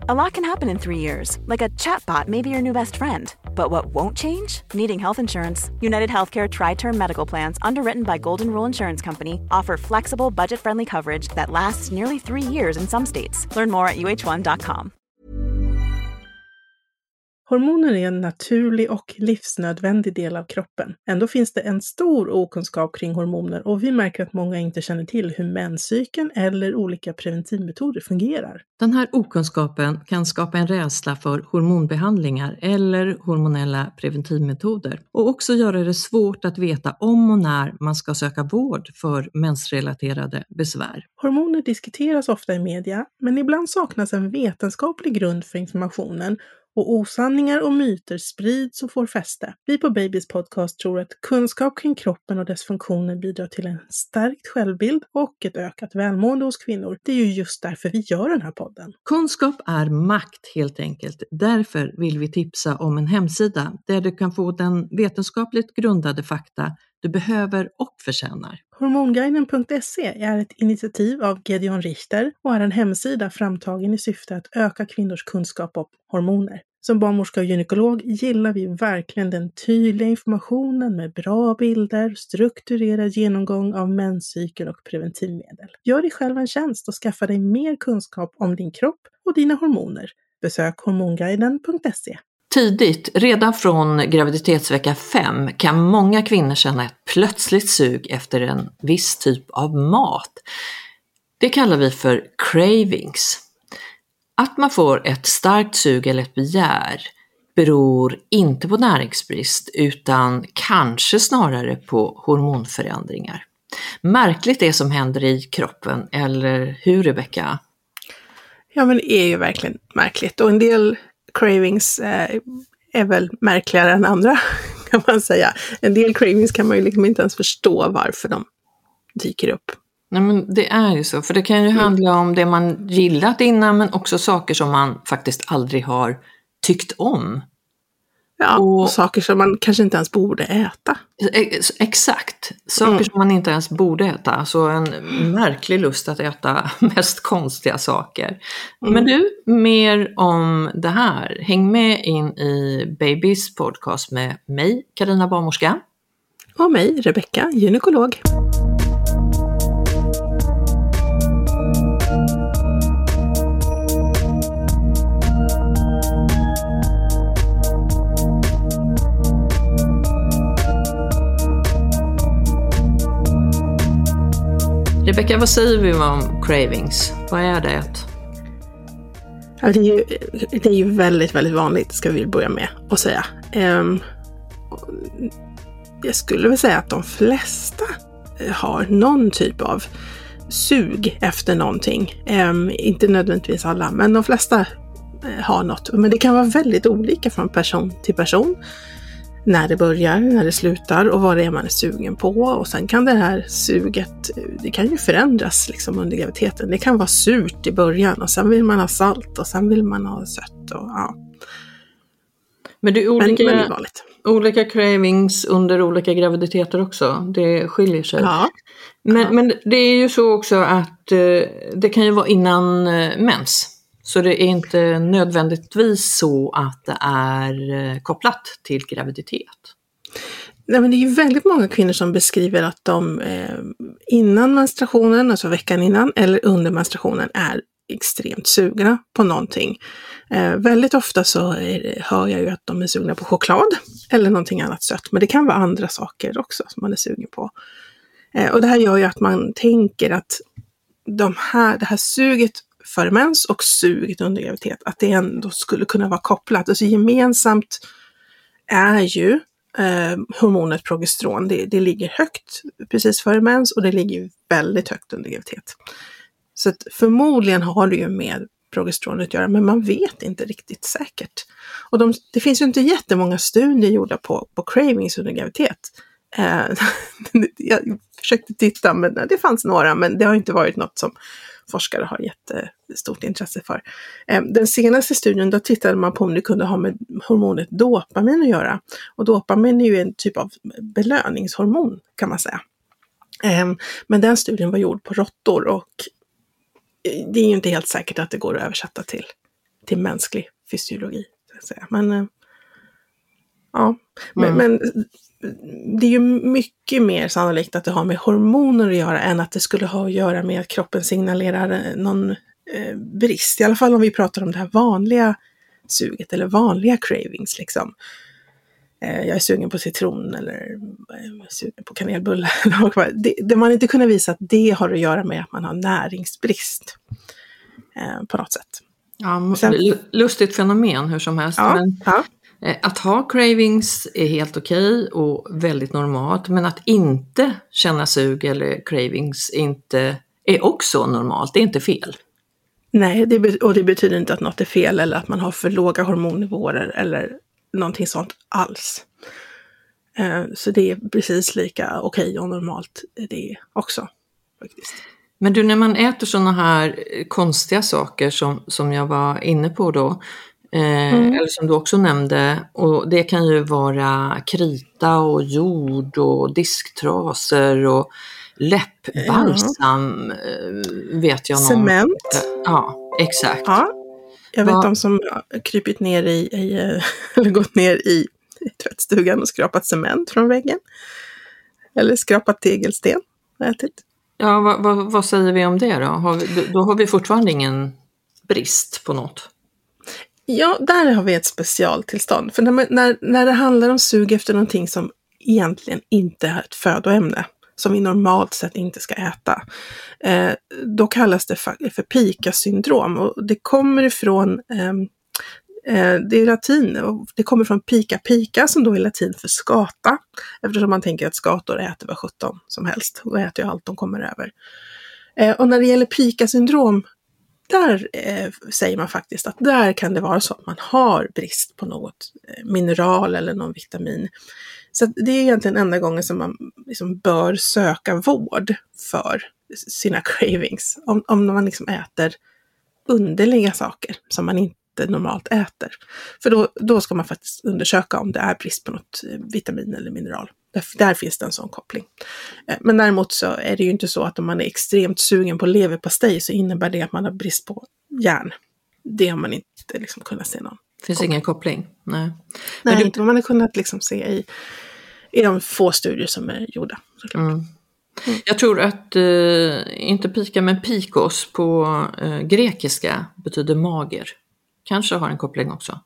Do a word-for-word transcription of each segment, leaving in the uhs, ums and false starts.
A lot can happen in three years, like a chatbot may be your new best friend. But what won't change? Needing health insurance. United Healthcare Tri-Term Medical Plans, underwritten by Golden Rule Insurance Company, offer flexible, budget-friendly coverage that lasts nearly three years in some states. Learn more at U H one dot com. Hormoner är en naturlig och livsnödvändig del av kroppen. Ändå finns det en stor okunskap kring hormoner och vi märker att många inte känner till hur menscykeln eller olika preventivmetoder fungerar. Den här okunskapen kan skapa en rädsla för hormonbehandlingar eller hormonella preventivmetoder och också göra det svårt att veta om och när man ska söka vård för mensrelaterade besvär. Hormoner diskuteras ofta i media, men ibland saknas en vetenskaplig grund för informationen och osanningar och myter sprids och får fäste. Vi på Babys podcast tror att kunskap kring kroppen och dess funktioner bidrar till en stärkt självbild och ett ökat välmående hos kvinnor. Det är ju just därför vi gör den här podden. Kunskap är makt helt enkelt. Därför vill vi tipsa om en hemsida där du kan få den vetenskapligt grundade fakta du behöver och förtjänar. Hormonguiden punkt se är ett initiativ av Gedeon Richter och är en hemsida framtagen i syfte att öka kvinnors kunskap om hormoner. Som barnmorska och gynekolog gillar vi verkligen den tydliga informationen med bra bilder, strukturerad genomgång av menscykel och preventivmedel. Gör dig själv en tjänst och skaffa dig mer kunskap om din kropp och dina hormoner. Besök hormonguiden punkt se. Tidigt, redan från graviditetsvecka fem, kan många kvinnor känna ett plötsligt sug efter en viss typ av mat. Det kallar vi för cravings. Att man får ett starkt sug eller ett begär beror inte på näringsbrist utan kanske snarare på hormonförändringar. Märkligt det som händer i kroppen, eller hur, Rebecka? Ja, men det är ju verkligen märkligt och en del cravings eh, är väl märkligare än andra, kan man säga. En del cravings kan man ju liksom inte ens förstå varför de dyker upp. Nej, men det är ju så, för det kan ju mm. handla om det man gillat innan, men också saker som man faktiskt aldrig har tyckt om. Ja, och, och saker som man kanske inte ens borde äta. Exakt, saker mm. som man inte ens borde äta. Så en märklig lust att äta mest konstiga saker. Mm. Men du, mer om det här. Häng med in i Babys podcast med mig, Carina barnmorska. Och mig, Rebecka, gynekolog. Rebecka, vad säger vi om cravings? Vad är det? Ja, det, är ju, det är ju väldigt, väldigt vanligt, ska vi börja med att säga. Um, jag skulle väl säga att de flesta har någon typ av sug efter någonting. Um, inte nödvändigtvis alla, men de flesta har något. Men det kan vara väldigt olika från person till person. När det börjar, när det slutar och vad det är man är sugen på. Och sen kan det här suget, det kan ju förändras liksom under graviditeten. Det kan vara surt i början och sen vill man ha salt och sen vill man ha sött. Och, ja. Men det är olika, men, men det är vanligt. Olika cravings under olika graviditeter också. Det skiljer sig. Ja. Men, ja. men det är ju så också att eh, det kan ju vara innan eh, mens. Så det är inte nödvändigtvis så att det är kopplat till graviditet. Nej, men det är ju väldigt många kvinnor som beskriver att de eh, innan menstruationen, alltså veckan innan, eller under menstruationen är extremt sugna på någonting. Eh, väldigt ofta så är, hör jag ju att de är sugna på choklad eller någonting annat sött. Men det kan vara andra saker också som man är sugen på. Eh, och det här gör ju att man tänker att de här, det här suget för mens och suget under graviditet, att det ändå skulle kunna vara kopplat. Alltså gemensamt är ju eh, hormonet progesteron. Det, det ligger högt precis före mens och det ligger väldigt högt under graviditet. Så att förmodligen har det ju med progesteron att göra, men man vet inte riktigt säkert. Och de, det finns ju inte jättemånga studier gjorda på, på cravings under graviditet. Eh, jag försökte titta, men det fanns några, men det har inte varit något som forskare har jättestort intresse för. Den senaste studien, då tittade man på om det kunde ha med hormonet dopamin att göra. Och dopamin är ju en typ av belöningshormon, kan man säga. Men den studien var gjord på råttor och det är ju inte helt säkert att det går att översätta till till mänsklig fysiologi. Så att säga. Men, eh, ja. men, Mm. men det är ju mycket mer sannolikt att det har med hormoner att göra än att det skulle ha att göra med att kroppen signalerar någon eh, brist. I alla fall om vi pratar om det här vanliga suget eller vanliga cravings liksom. Eh, jag är sugen på citron eller jag är sugen på kanelbullar. det, det man inte kunde visa att det har att göra med att man har näringsbrist eh, på något sätt. Ja, Sen, lustigt fenomen hur som helst. ja, Men ja. att ha cravings är helt okej och väldigt normalt, men att inte känna sug eller cravings inte är också normalt, det är inte fel. Nej, det, och det betyder inte att något är fel eller att man har för låga hormonnivåer eller någonting sånt alls. Eh, så det är precis lika okej och normalt det också faktiskt. Men du, när man äter sådana här konstiga saker som, som jag var inne på då, eh, mm. eller som du också nämnde, och det kan ju vara krita och jord och disktraser och läppbalsam, ja. vet jag någon. Cement. Ja, exakt. Ja, jag vet ja. de som har krypit ner i, i eller gått ner i, i tvättstugan och skrapat cement från väggen. Eller skrapat tegelsten och ätit. Ja, vad, vad, vad säger vi om det då? Har vi, då har vi fortfarande ingen brist på något. Ja, där har vi ett specialtillstånd. För när, när, när det handlar om sug efter någonting som egentligen inte är ett födoämne, som vi normalt sett inte ska äta, eh, då kallas det för, för pika-syndrom. Och det kommer ifrån, eh, eh, det är latin, och det kommer från pika-pika som då är latin för skata. Eftersom man tänker att skator äter vad sjutton som helst. Och äter ju allt de kommer över. Eh, och när det gäller pika-syndrom, där eh, säger man faktiskt att där kan det vara så att man har brist på något eh, mineral eller någon vitamin. Så det är egentligen enda gången som man liksom bör söka vård för sina cravings. Om, om man liksom äter underliga saker som man inte normalt äter. För då, då ska man faktiskt undersöka om det är brist på något vitamin eller mineral. Där, där finns det en sån koppling. Men däremot så är det ju inte så att om man är extremt sugen på leverpastej så innebär det att man har brist på järn. Det har man inte liksom kunnat se någon. Det finns koppling. Ingen koppling? Nej. Nej, Men du... inte vad man har kunnat liksom se i, i de få studier som är gjorda. Mm. Mm. Jag tror att, eh, inte pika men pikos på eh, grekiska betyder mager. Kanske har en koppling också.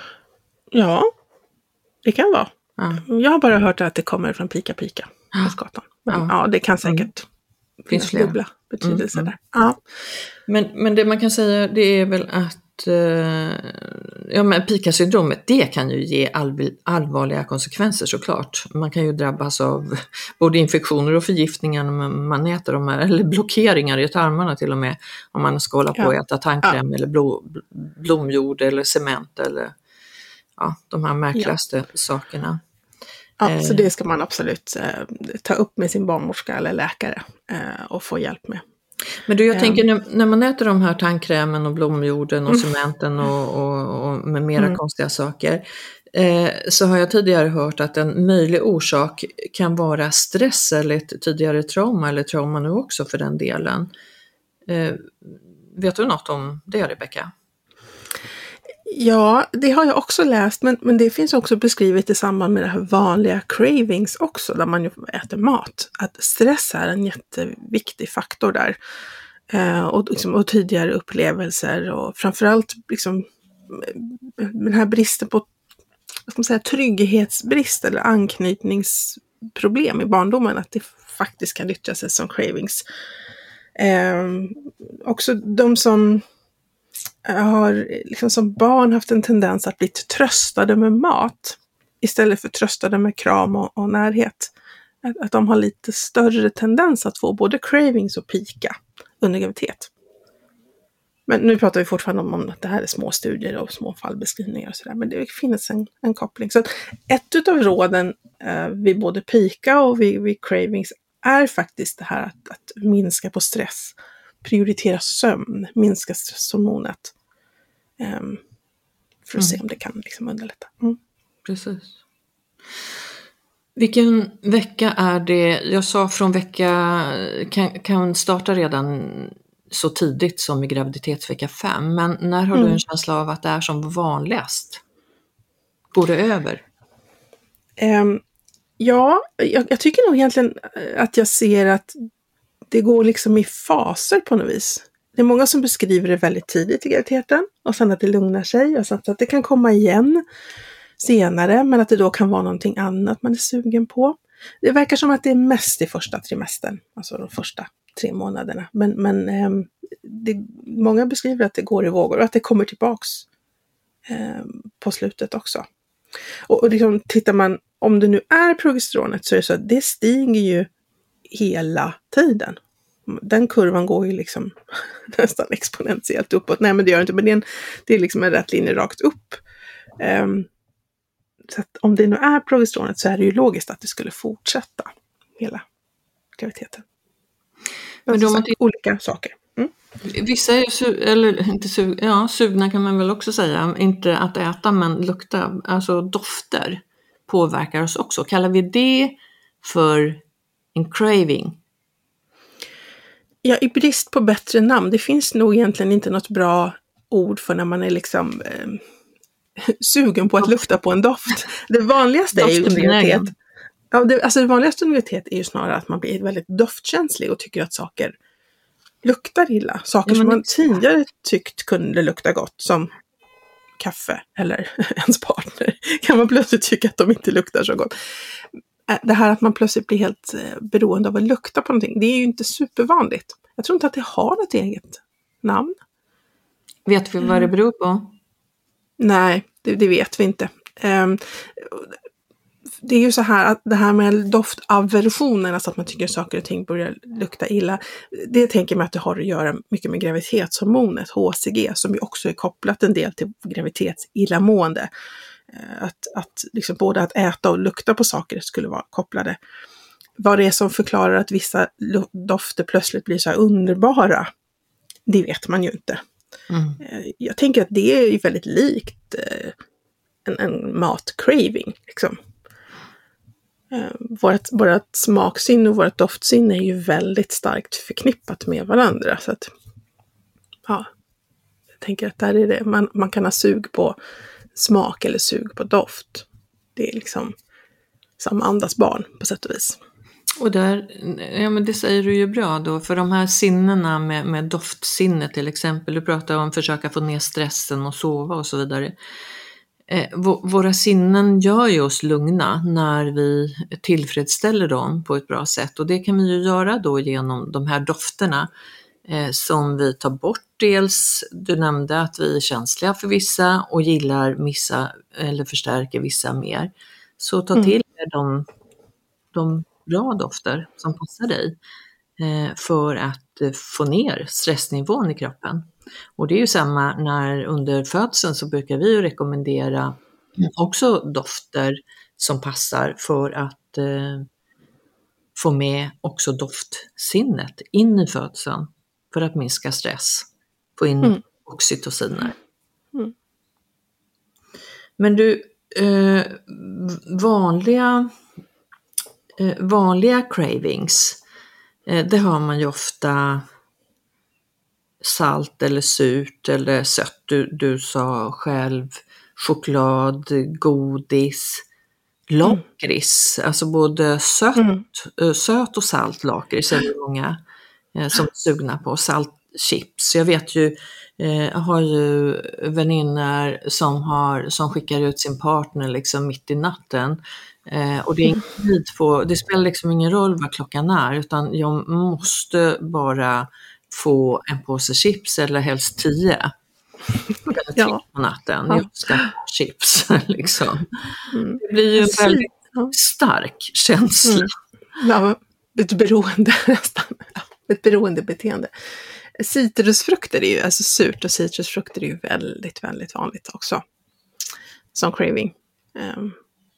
Ja, det kan vara. Ja. Jag har bara hört att det kommer från pika-pika på skatan. Men ja, ja det kan säkert mm. finnas dubbla betydelser mm. där. Ja. Men, men det man kan säga det är väl att eh, ja, men pika-syndromet, det kan ju ge all, allvarliga konsekvenser såklart. Man kan ju drabbas av både infektioner och förgiftningar när man äter de här, eller blockeringar i tarmarna till och med, om man ska hålla på att ja. äta tandkräm ja. eller blom, blomjord eller cement eller ja, de här märkligaste ja. sakerna. Ja, eh. så det ska man absolut eh, ta upp med sin barnmorska eller läkare eh, och få hjälp med. Men du, jag um. tänker när, när man äter de här tandkrämen och blomjorden och mm. cementen och, och, och med mera mm. konstiga saker, eh, så har jag tidigare hört att en möjlig orsak kan vara stress eller ett tidigare trauma eller trauma nu också för den delen. Eh, vet du något om det, Rebecka? Ja, det har jag också läst, men, men det finns också beskrivet i samband med det här vanliga cravings också, där man ju äter mat. Att stress är en jätteviktig faktor där. Eh, och, liksom, och tidigare upplevelser och framförallt liksom, den här bristen på, vad ska man säga, trygghetsbrist eller anknytningsproblem i barndomen, att det faktiskt kan yttra sig som cravings. Eh, också de som har liksom som barn haft en tendens att bli tröstade med mat istället för tröstade med kram och, och närhet. Att, att de har lite större tendens att få både cravings och pika under graviditet. Men nu pratar vi fortfarande om, om att det här är små studier och små fallbeskrivningar och sådär. Men det finns en, en koppling. Så ett utav råden eh, vid både pika och vid, vid cravings är faktiskt det här att, att minska på stress. Prioritera sömn, minska stresshormonet. Um, för att mm. se om det kan liksom underlätta. Mm. Precis. Vilken vecka är det? Jag sa från vecka kan, kan starta redan så tidigt som i graviditetsvecka fem. Men när har Mm. du en känsla av att det är som vanligast? Går det över? Um, ja, jag, jag tycker nog egentligen att jag ser att det går liksom i faser på något vis. Det är många som beskriver det väldigt tidigt i graviditeten och sen att det lugnar sig och sen att det kan komma igen senare, men att det då kan vara någonting annat man är sugen på. Det verkar som att det är mest i första trimestern, alltså de första tre månaderna. Men, men eh, det, många beskriver att det går i vågor och att det kommer tillbaks eh, på slutet också. Och, och liksom, tittar man, om det nu är progesteronet så är det så att det stiger ju hela tiden. Den kurvan går ju liksom nästan exponentiellt uppåt. Nej, men det gör det inte, men det är, en, det är liksom en rätt linje rakt upp. Um, så att om det nu är progesteronet så är det ju logiskt att det skulle fortsätta hela graviditeten. Men, men då sagt, olika saker. Mm. Vissa är su- eller inte su- ja, sugna kan man väl också säga, inte att äta men lukta, alltså dofter påverkar oss också. Kallar vi det för en craving? Ja, i brist på bättre namn. Det finns nog egentligen inte något bra ord för när man är liksom eh, sugen på att lukta på en doft. Det vanligaste är ju under graviditet. Ja, det, alltså det vanligaste under graviditet är ju snarare att man blir väldigt doftkänslig och tycker att saker luktar illa. Saker ja, som man tidigare tyckt kunde lukta gott, som kaffe eller ens partner, kan man plötsligt tycka att de inte luktar så gott. Det här att man plötsligt blir helt beroende av att lukta på någonting, det är ju inte supervanligt. Jag tror inte att det har något eget namn. Vet vi vad det beror på? Nej, det, det vet vi inte. Um, det är ju så här att det här med doftaversionen, alltså att man tycker att saker och ting börjar lukta illa, det tänker man att det har att göra mycket med graviditetshormonet H C G, som ju också är kopplat en del till graviditetsillamående. Att, att liksom både att äta och lukta på saker skulle vara kopplade. Vad det är som förklarar att vissa dofter plötsligt blir så här underbara, det vet man ju inte. Mm. Jag tänker att det är ju väldigt likt en, en matcraving. Liksom. Vårt, vårt smaksinne och vårt doftsinne är ju väldigt starkt förknippat med varandra. Så att, ja, jag tänker att där är det. Man, man kan ha sug på smak eller sug på doft. Det är liksom samma andas barn på sätt och vis. Och där, ja men det säger du ju bra då, för de här sinnena med, med doftsinne till exempel, du pratar om att försöka få ner stressen och sova och så vidare. Eh, v- våra sinnen gör ju oss lugna när vi tillfredsställer dem på ett bra sätt, och det kan vi ju göra då genom de här dofterna eh, som vi tar bort. Dels, du nämnde att vi är känsliga för vissa och gillar vissa eller förstärker vissa mer. Så ta till mm. de, de bra dofter som passar dig eh, för att eh, få ner stressnivån i kroppen. Och det är ju samma när under födseln, så brukar vi ju rekommendera också dofter som passar för att eh, få med också doftsinnet in i födseln för att minska stress. Få in mm. oxytociner. Mm. Men du, eh, vanliga, eh, vanliga cravings, eh, det har man ju ofta salt eller surt eller sött. Du, du sa själv choklad, godis, lakrits. Mm. Alltså både sött, mm. söt och salt lakrits är det många eh, som är sugna på. Salt chips. Jag vet ju, eh, jag har ju vänner som, har, som skickar ut sin partner liksom mitt i natten. Eh, och det är ingen tid på, det spelar liksom ingen roll vad klockan är, utan jag måste bara få en påse chips eller helst tio. Eller ja. på natten. Ja. Jag ska ha chips liksom. Mm. Det blir ju en väldigt stark känsla. Mm. Ja, ett beroende nästan. Ett beroendebeteende. Citrusfrukter är ju, alltså surt och citrusfrukter är ju väldigt, väldigt vanligt också. Som craving. Um.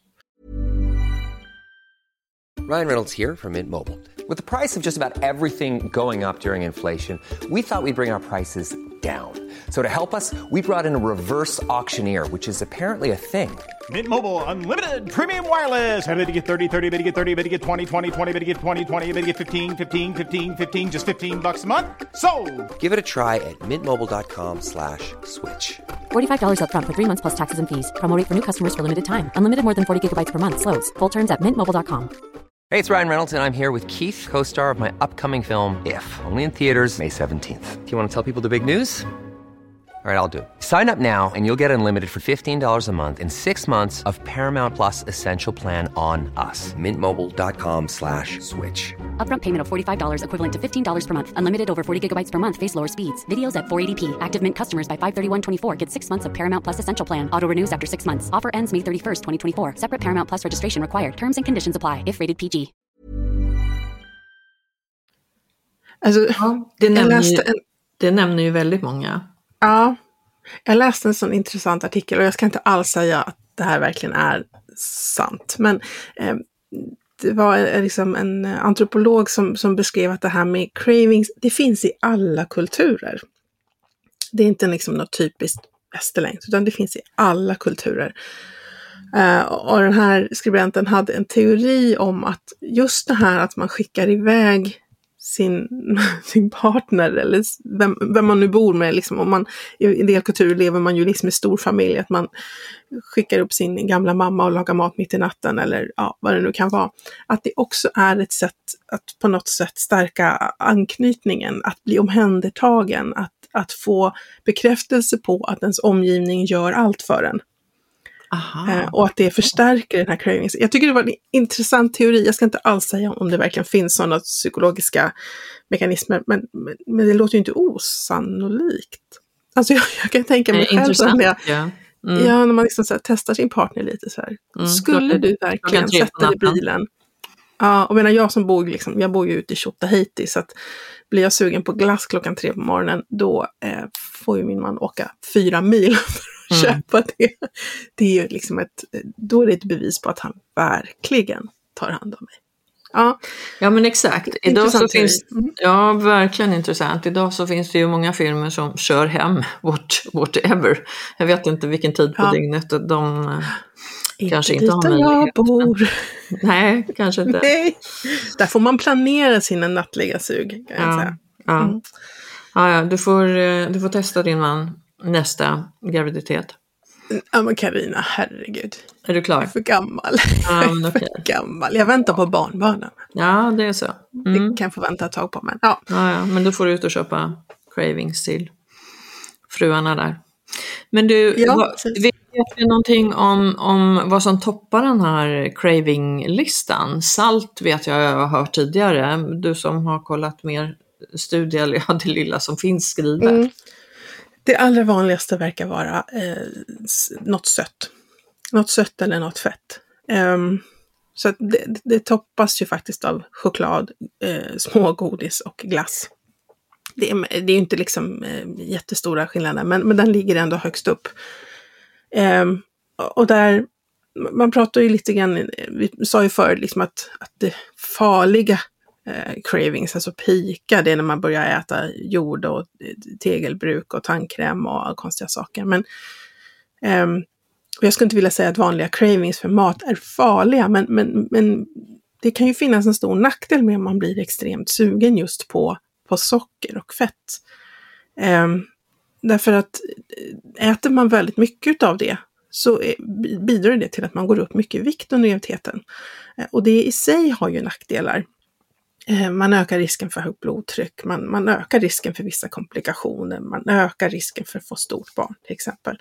Ryan Reynolds here from Mint Mobile. With the price of just about everything going up during inflation, we thought we'd bring our prices down. So to help us, we brought in a reverse auctioneer, which is apparently a thing. Mint Mobile Unlimited Premium Wireless. How to get thirty, thirty, how to get thirty, how to get twenty, twenty, twenty, how to get twenty, twenty, how to get fifteen, fifteen, fifteen, fifteen, just fifteen bucks a month? Sold! Give it a try at mintmobile.com slash switch. forty-five dollars up front for three months plus taxes and fees. Promo rate for new customers for limited time. Unlimited more than forty gigabytes per month. Slows full terms at mint mobile dot com. Hey, it's Ryan Reynolds, and I'm here with Keith, co-star of my upcoming film, If, only in theaters May seventeenth. Do you want to tell people the big news? All right, I'll do it. Sign up now and you'll get unlimited for fifteen dollars a month and six months of Paramount Plus Essential Plan on us. Mintmobile.com slash switch. Upfront payment of forty-five dollars equivalent to fifteen dollars per month. Unlimited over forty gigabytes per month. Face lower speeds. Videos at four eighty p. Active Mint customers by five thirty-one twenty-four get six months of Paramount Plus Essential Plan. Auto renews after six months. Offer ends May thirty-first, twenty twenty-four. Separate Paramount Plus registration required. Terms and conditions apply if rated P G. Alltså, Ja, det, jag nämner läste ju, en, det nämner ju väldigt många. ja, jag läste en sån intressant artikel och jag ska inte alls säga att det här verkligen är sant. Men eh, det var eh, liksom en antropolog som, som beskrev att det här med cravings, det finns i alla kulturer. Det är inte liksom något typiskt västerländskt, utan det finns i alla kulturer. Uh, och den här skribenten hade en teori om att just det här att man skickar iväg sin, sin partner eller vem, vem man nu bor med, liksom, om man, i en del kulturer lever man ju liksom i stor familj, att man skickar upp sin gamla mamma och lagar mat mitt i natten eller ja, vad det nu kan vara. Att det också är ett sätt att på något sätt stärka anknytningen, att bli omhändertagen, att, att få bekräftelse på att ens omgivning gör allt för en. Eh, och att det förstärker den här cravings. Jag tycker det var en intressant teori. Jag ska inte alls säga om det verkligen finns sådana psykologiska mekanismer. Men, men, men det låter ju inte osannolikt. Alltså jag, jag kan tänka mig själv när jag, ja. Mm. ja, när man liksom så här, testar sin partner lite så här. Mm. Skulle du verkligen sätta dig i bilen? Ja, och menar jag som bor liksom, jag bor ju ute i Tjotahejti, så att blir jag sugen på glass klockan tre på morgonen, då eh, får ju min man åka fyra mil för att mm. köpa det. Det är ju liksom ett, då är det ett bevis på att han verkligen tar hand om mig. Ja, ja men exakt. Idag så finns, ja, verkligen intressant. Idag så finns det ju många filmer som kör hem what, whatever. Jag vet inte vilken tid på ja. dygnet de inte kanske inte har möjlighet. Jag bor. Nej, kanske inte. Nej. Där får man planera sina nattliga sug, kan jag ja. säga. Ja. Mm. Ja, ja, du får, du får testa din man nästa graviditet. Ja men Carina, herregud. Är du klar? Jag är för gammal. Ja, jag är okay. för gammal. Jag väntar på barnbarnen. Ja, det är så. Mm. Det kan jag få vänta ett tag på. Men, ja. Ja, ja, men då får du ut och köpa cravings till fruarna där. Men du, ja, vad, vet du någonting om, om vad som toppar den här craving-listan? Salt vet jag jag har hört tidigare. Du som har kollat mer studier, eller ja, det lilla som finns skrivet. Mm. Det allra vanligaste verkar vara eh, något sött. Något sött eller något fett. Um, så att det, det toppas ju faktiskt av choklad, eh, smågodis och glass. Det är, det är inte liksom eh, jättestora skillnader, men, men den ligger ändå högst upp. Um, och där, man pratar ju lite grann, vi sa ju förr liksom att, att det farliga eh, cravings, alltså pika, det är när man börjar äta jord och tegelbruk och tandkräm och konstiga saker. Men um, jag skulle inte vilja säga att vanliga cravings för mat är farliga, men, men, men det kan ju finnas en stor nackdel med om man blir extremt sugen just på, på socker och fett. Um, därför att äter man väldigt mycket av det så bidrar det till att man går upp mycket i vikt under graviditeten. Uh, och det i sig har ju nackdelar. Uh, man ökar risken för högt blodtryck, man, man ökar risken för vissa komplikationer, man ökar risken för att få stort barn till exempel.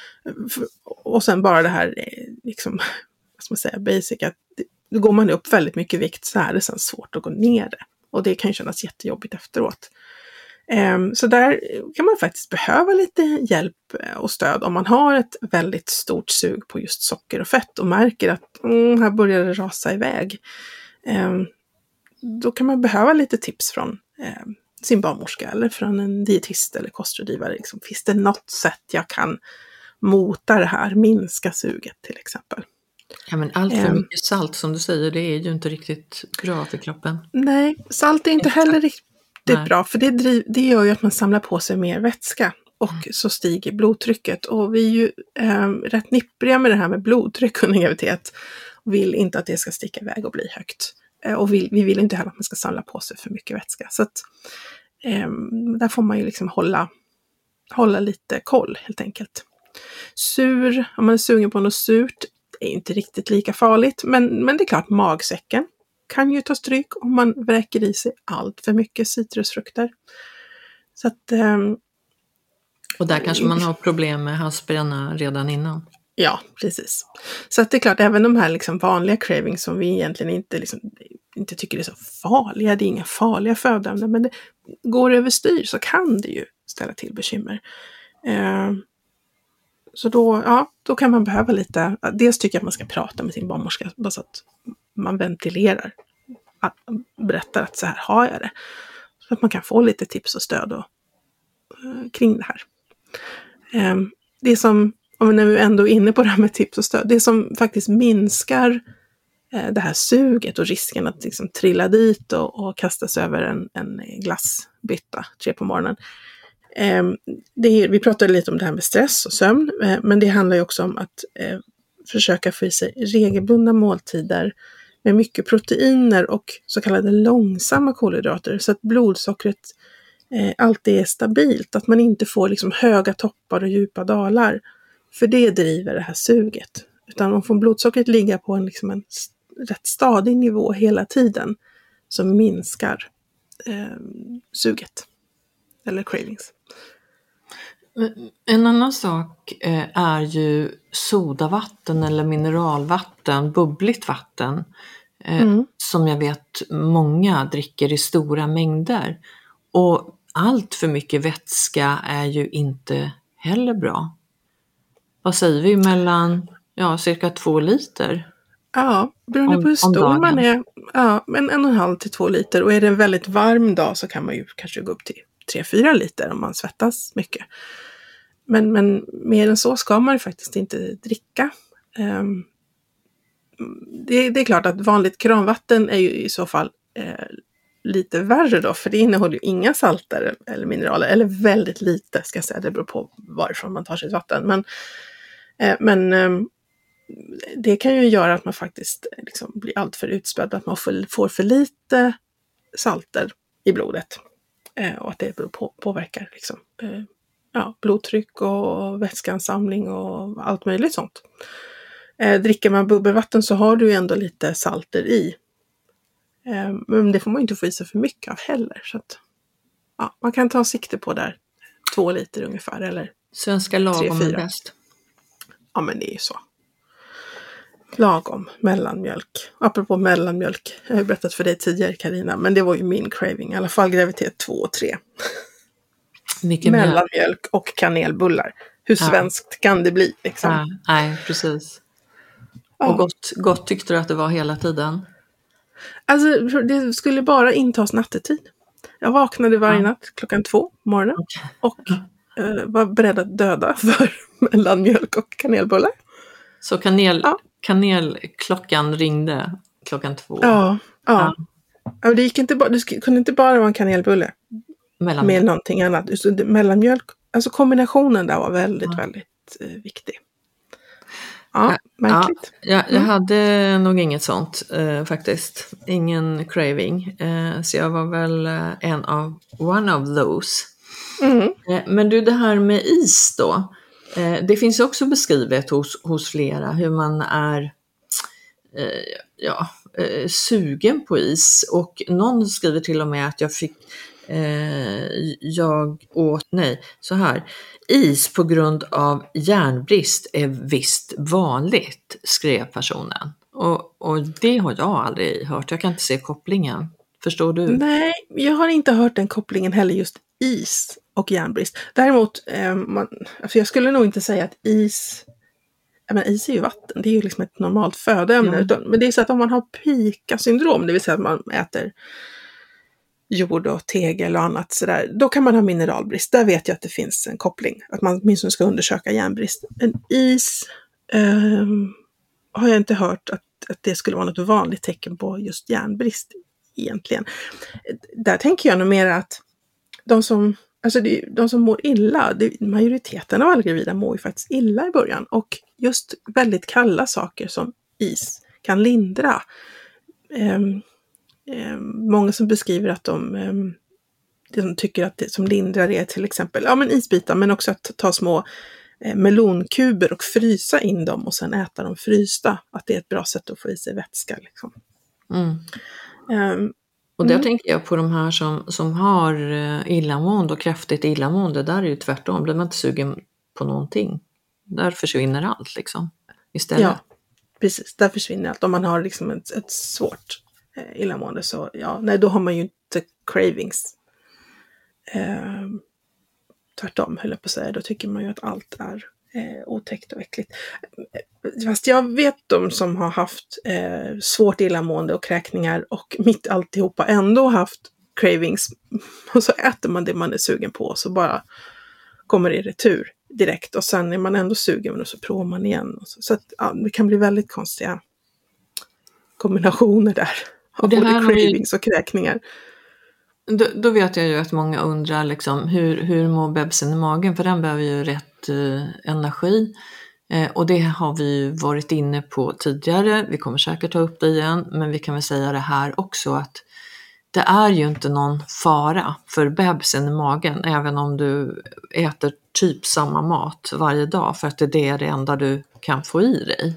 Och sen bara det här liksom, vad ska man säga, basic, att det, går man upp väldigt mycket vikt så är det sen svårt att gå ner det. Och det kan ju kännas jättejobbigt efteråt. Um, så där kan man faktiskt behöva lite hjälp och stöd om man har ett väldigt stort sug på just socker och fett och märker att mm, här börjar det rasa iväg. Um, då kan man behöva lite tips från um, sin barnmorska eller från en dietist eller kostrådgivare. Liksom, finns det något sätt jag kan mota det här, minska suget till exempel? Ja, men allt för um, mycket salt som du säger, det är ju inte riktigt bra för kroppen. Nej, salt är inte heller riktigt Det är Nej. bra, för det, driv, det gör ju att man samlar på sig mer vätska. Och mm. så stiger blodtrycket. Och vi är ju eh, rätt nippriga med det här med blodtryck under graviditet. Och vill inte att det ska sticka iväg och bli högt. Eh, och vill, vi vill inte heller att man ska samla på sig för mycket vätska. Så att eh, där får man ju liksom hålla, hålla lite koll helt enkelt. Sur, om man är sugen på något surt, är inte riktigt lika farligt. Men, men det är klart, magsäcken kan ju ta stryk om man vräker i sig allt för mycket citrusfrukter. Så att... Eh, och där kanske man har problem med halsbränna redan innan. Ja, precis. Så att det är klart, även de här liksom vanliga cravings som vi egentligen inte, liksom, inte tycker är så farliga, det är inga farliga födoämnen, men det går överstyr så kan det ju ställa till bekymmer. Eh, så då, ja, då kan man behöva lite, dels tycker jag att man ska prata med sin barnmorska bara så att man ventilerar, berättar att så här har jag det. Så att man kan få lite tips och stöd och, eh, kring det här. Eh, det som, om när vi ändå är inne på det här med tips och stöd, det som faktiskt minskar eh, det här suget och risken att liksom trilla dit och, och kastas över en, en glassbytta tre på morgonen. Eh, det är, vi pratade lite om det här med stress och sömn, eh, men det handlar ju också om att eh, försöka få i sig regelbundna måltider med mycket proteiner och så kallade långsamma kolhydrater, så att blodsockret eh, alltid är stabilt, att man inte får liksom höga toppar och djupa dalar, för det driver det här suget, utan man får blodsockret ligga på en, liksom en rätt stadig nivå hela tiden, som minskar eh, suget eller cravings. En annan sak är ju sodavatten eller mineralvatten, bubbligt vatten, mm. som jag vet många dricker i stora mängder. Och allt för mycket vätska är ju inte heller bra. Vad säger vi, mellan ja, cirka två liter? Ja, beroende på hur stor man är. Ja, men en och en halv till två liter. Och är det en väldigt varm dag så kan man ju kanske gå upp till tre, fyra liter om man svettas mycket. Men, men mer än så ska man ju faktiskt inte dricka. Um, det, det är klart att vanligt kranvatten är ju i så fall eh, lite värre då. För det innehåller ju inga salter eller mineraler. Eller väldigt lite, ska jag säga. Det beror på varifrån man tar sitt vatten. Men, eh, men eh, det kan ju göra att man faktiskt liksom blir allt för utspädd. Att man får, får för lite salter i blodet. Eh, och att det på, påverkar liksom, eh, ja, blodtryck och vätskeansamling och allt möjligt sånt. Eh, dricker man bubbelvatten så har du ju ändå lite salter i. Eh, men det får man inte få i sig för mycket av heller. Så att, ja, man kan ta sikte på där två liter ungefär. Eller svenska lagom tre, är bäst. Ja, men det är ju så. Lagom, mellanmjölk. Apropå mellanmjölk, jag har ju berättat för dig tidigare, Carina, men det var ju min craving. I alla fall graviditet två och tre. Mycket mellanmjölk och kanelbullar. Hur ja. Svenskt kan det bli? Liksom? Ja, nej, precis. Ja. Och gott, gott tyckte du att det var hela tiden? Alltså, det skulle bara intas nattetid. Jag vaknade varje ja. natt klockan två på morgonen. Okay. Och ja. uh, var beredd att döda för mellanmjölk och kanelbullar. Så kanel, ja. kanelklockan ringde klockan två? Ja, ja. ja. Det, gick inte bara, det kunde inte bara vara en kanelbulle. Med någonting annat. Mellanmjölk, alltså kombinationen där var väldigt, ja. väldigt eh, viktig. Ja, märkligt. Ja, jag, jag mm. hade nog inget sånt eh, faktiskt. Ingen craving. Eh, så jag var väl eh, en av, one of those. Mm. Eh, men du, det här med is då. Eh, det finns också beskrivet hos, hos flera hur man är eh, ja, eh, sugen på is. Och någon skriver till och med att jag fick Eh, jag åt, nej, så här. Is på grund av järnbrist är visst vanligt, skrev personen. Och, och det har jag aldrig hört. Jag kan inte se kopplingen. Förstår du? Nej, jag har inte hört den kopplingen heller, just is och järnbrist. Däremot, eh, man, alltså jag skulle nog inte säga att is, jag menar, is är ju vatten. Det är ju liksom ett normalt födoämne. Mm. Men det är så att om man har pika-syndrom, det vill säga att man äter jord och tegel och annat sådär, då kan man ha mineralbrist. Där vet jag att det finns en koppling. Att man åtminstone ska undersöka järnbrist. En is eh, har jag inte hört att, att det skulle vara något vanligt tecken på just järnbrist egentligen. Där tänker jag nog mer att de som, alltså det, de som mår illa, det, majoriteten av alla gravida mår ju faktiskt illa i början. Och just väldigt kalla saker som is kan lindra. Um, um, många som beskriver att de, um, de tycker att det som lindrar är till exempel ja, men isbitar, men också att ta små eh, melonkuber och frysa in dem och sen äta dem frysta. Att det är ett bra sätt att få i sig vätska. Liksom. Mm. Um, och där mm. tänker jag på de här som, som har illamående och kraftigt illamående. Där är ju tvärtom, blir man inte sugen på någonting. Där försvinner allt liksom istället. Ja, precis. Där försvinner allt. Om man har liksom ett, ett svårt eh, illamående så ja, nej, då har man ju inte cravings. Eh, tvärtom höll jag på att säga. Då tycker man ju att allt är eh, otäckt och äckligt. Fast jag vet de som har haft eh, svårt illamående och kräkningar och mitt alltihopa ändå haft cravings. Och så äter man det man är sugen på och så bara kommer det i retur direkt. Och sen är man ändå sugen och så provar man igen. Och så så att, ja, det kan bli väldigt konstiga kombinationer där. Av både cravings och kräkningar. Då, då vet jag ju att många undrar liksom, hur, hur mår bebisen i magen? För den behöver ju rätt eh, energi. Eh, och det har vi ju varit inne på tidigare. Vi kommer säkert ta upp det igen. Men vi kan väl säga det här också att det är ju inte någon fara för bebisen i magen. Även om du äter typ samma mat varje dag. För att det är det enda du kan få i dig.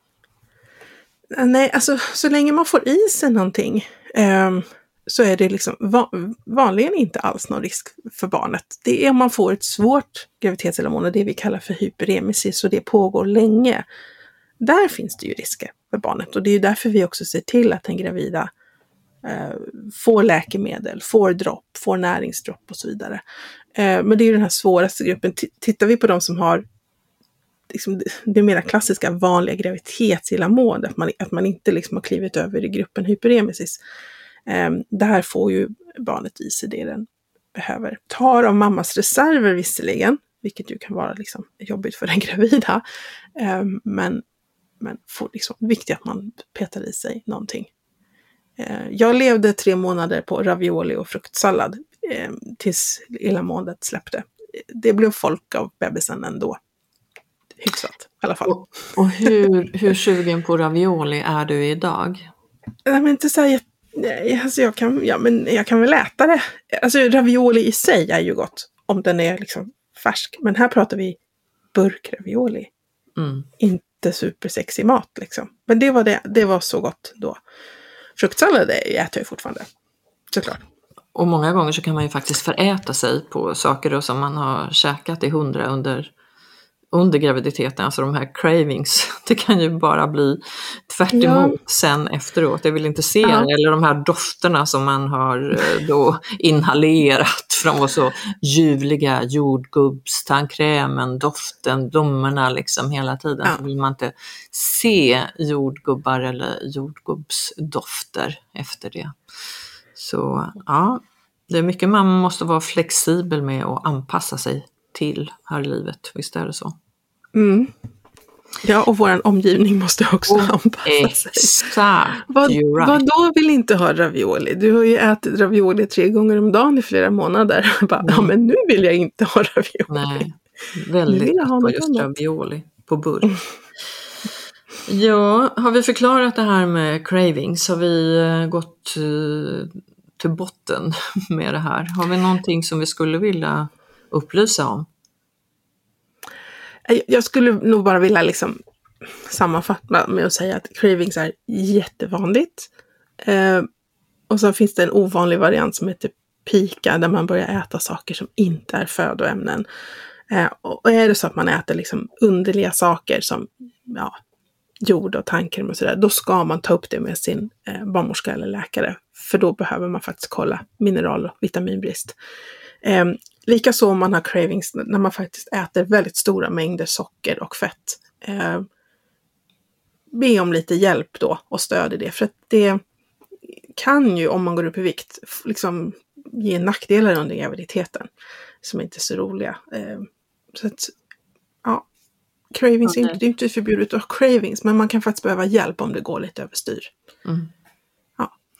Nej, alltså så länge man får i sig någonting. Eh, så är det liksom va- vanligen inte alls någon risk för barnet. Det är om man får ett svårt graviditetsillamående, det vi kallar för hyperemesis, och det pågår länge. Där finns det ju risker för barnet, och det är ju därför vi också ser till att den gravida eh, får läkemedel, får dropp, får näringsdropp och så vidare. Eh, men det är ju den här svåraste gruppen. T- tittar vi på de som har liksom, det mer klassiska vanliga graviditetsillamående, att man, att man inte liksom har klivit över i gruppen hyperemesis. Um, där får ju barnet i sig det den behöver. Tar av mammas reserver visserligen, vilket ju kan vara liksom jobbigt för den gravida. Um, men men får liksom, viktigt att man petar i sig någonting. Uh, jag levde tre månader på ravioli och fruktsallad um, tills illamåendet släppte. Det blev folk av bebisen ändå. Hyfsat i alla fall. Och, och hur, hur sugen på ravioli är du idag? Jag men inte så här, nej, alltså jag kan, ja, men jag kan väl äta det. Alltså ravioli i sig är ju gott om den är liksom färsk. Men här pratar vi burkravioli. Mm. Inte supersexig mat liksom. Men det var, det, det var så gott då. Fruktsallad äter jag fortfarande. Såklart. Och många gånger så kan man ju faktiskt föräta sig på saker som man har käkat i hundra under, under graviditeten. Alltså de här cravings. Det kan ju bara bli tvärt emot ja. Sen efteråt. Jag vill inte se ja. Eller de här dofterna som man har då inhalerat från var så ljuvliga jordgubbstandkrämen, doften, blommorna liksom hela tiden. Ja. Så vill man inte se jordgubbar eller jordgubbsdofter efter det. Så ja, det är mycket man måste vara flexibel med och anpassa sig till här i livet, visst är det så? Mm. Ja, och vår omgivning måste också oh, anpassa sig. Exakt, vad, right. vad då vill inte ha ravioli? Du har ju ätit ravioli tre gånger om dagen i flera månader. Bara, mm. Ja, men nu vill jag inte ha ravioli. Nej, väldigt ha på just annat. Ravioli på burk. Ja, har vi förklarat det här med cravings? Har vi gått till botten med det här? Har vi någonting som vi skulle vilja upplysa om? Jag skulle nog bara vilja liksom sammanfatta med att säga att cravings är jättevanligt. Eh, och så finns det en ovanlig variant som heter pika, där man börjar äta saker som inte är födoämnen. Eh, och är det så att man äter liksom underliga saker som ja, jord och tandkräm och sådär, då ska man ta upp det med sin eh, barnmorska eller läkare. För då behöver man faktiskt kolla mineral- och vitaminbrist. Eh, Likaså om man har cravings när man faktiskt äter väldigt stora mängder socker och fett. Eh, be om lite hjälp då och stöd i det. För att det kan ju, om man går upp i vikt, liksom ge nackdelar under graviditeten som inte är så roliga. Eh, så att, ja, cravings, mm. det är inte förbjudet att ha cravings, men man kan faktiskt behöva hjälp om det går lite överstyr. Mm. Ja.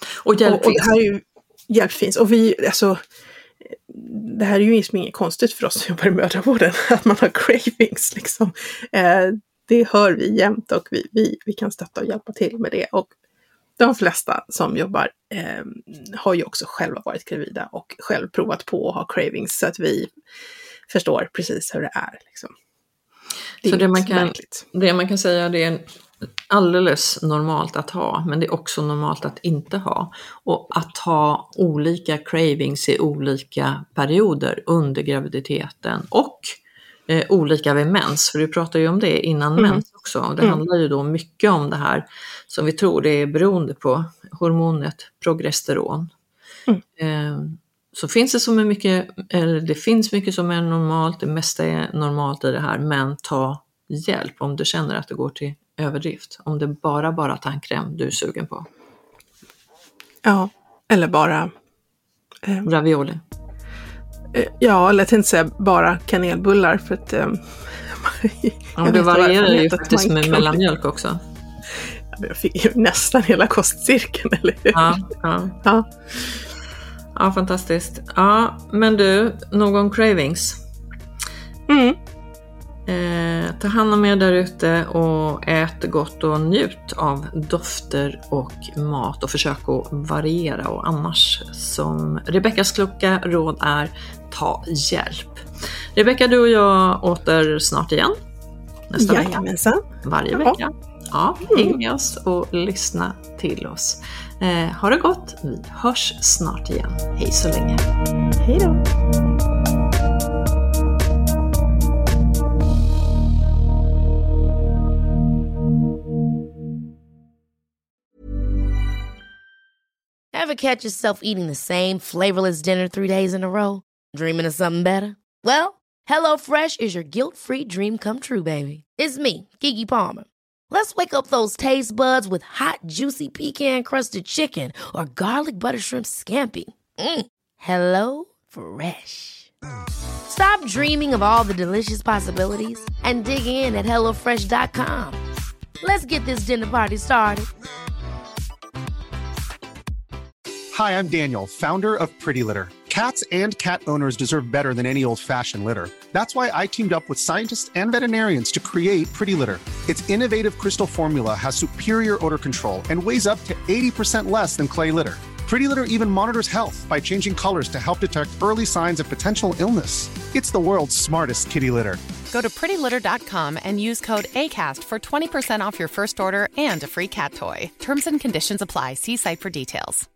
Och hjälp och, och det här är ju, hjälp finns. Och vi, alltså, det här är ju inget konstigt för oss som jobbar i mödravården, att man har cravings liksom. Eh, det hör vi jämt och vi, vi, vi kan stötta och hjälpa till med det. Och de flesta som jobbar eh, har ju också själva varit gravida och själv provat på att ha cravings, så att vi förstår precis hur det är. Liksom. Det är så det man, kan, verkligt. det man kan säga, det är alldeles normalt att ha, men det är också normalt att inte ha. Och att ha olika cravings i olika perioder under graviditeten och eh, olika vid mens, för du pratar ju om det innan mm. mens också. Och det mm. handlar ju då mycket om det här som vi tror det är beroende på hormonet progesteron. Mm. Eh, så finns det som är mycket, eller det finns mycket som är normalt, det mesta är normalt i det här, men ta hjälp om du känner att det går till överdrift. Om det bara bara tandkräm du är sugen på. Ja, eller bara eh, ravioli. Eh, ja, eller jag tänkte säga bara kanelbullar, för att eh, ja, det varierar ju faktiskt med mellanmjölk också. Jag fick ju nästan hela kostcirkeln, eller hur? Ja, ja. ja. Ja, fantastiskt. Ja, men du, någon cravings? Mm. Eh, ta hand om er där ute och ät gott och njut av dofter och mat och försök att variera. Och annars, som Rebeckas kloka råd är, ta hjälp. Rebecka, du och jag åter snart igen nästa Jajamensan. vecka. Varje vecka. Ja, häng med oss och lyssna till oss. Eh, ha det gott, vi hörs snart igen. Hej så länge. Hej då. Ever catch yourself eating the same flavorless dinner three days in a row? Dreaming of something better? Well, HelloFresh is your guilt-free dream come true, baby. It's me, Keke Palmer. Let's wake up those taste buds with hot, juicy pecan-crusted chicken or garlic butter shrimp scampi. Mm. Hello Fresh. Stop dreaming of all the delicious possibilities and dig in at hello fresh dot com. Let's get this dinner party started. Hi, I'm Daniel, founder of Pretty Litter. Cats and cat owners deserve better than any old-fashioned litter. That's why I teamed up with scientists and veterinarians to create Pretty Litter. Its innovative crystal formula has superior odor control and weighs up to eighty percent less than clay litter. Pretty Litter even monitors health by changing colors to help detect early signs of potential illness. It's the world's smartest kitty litter. Go to pretty litter dot com and use code ACAST for twenty percent off your first order and a free cat toy. Terms and conditions apply. See site for details.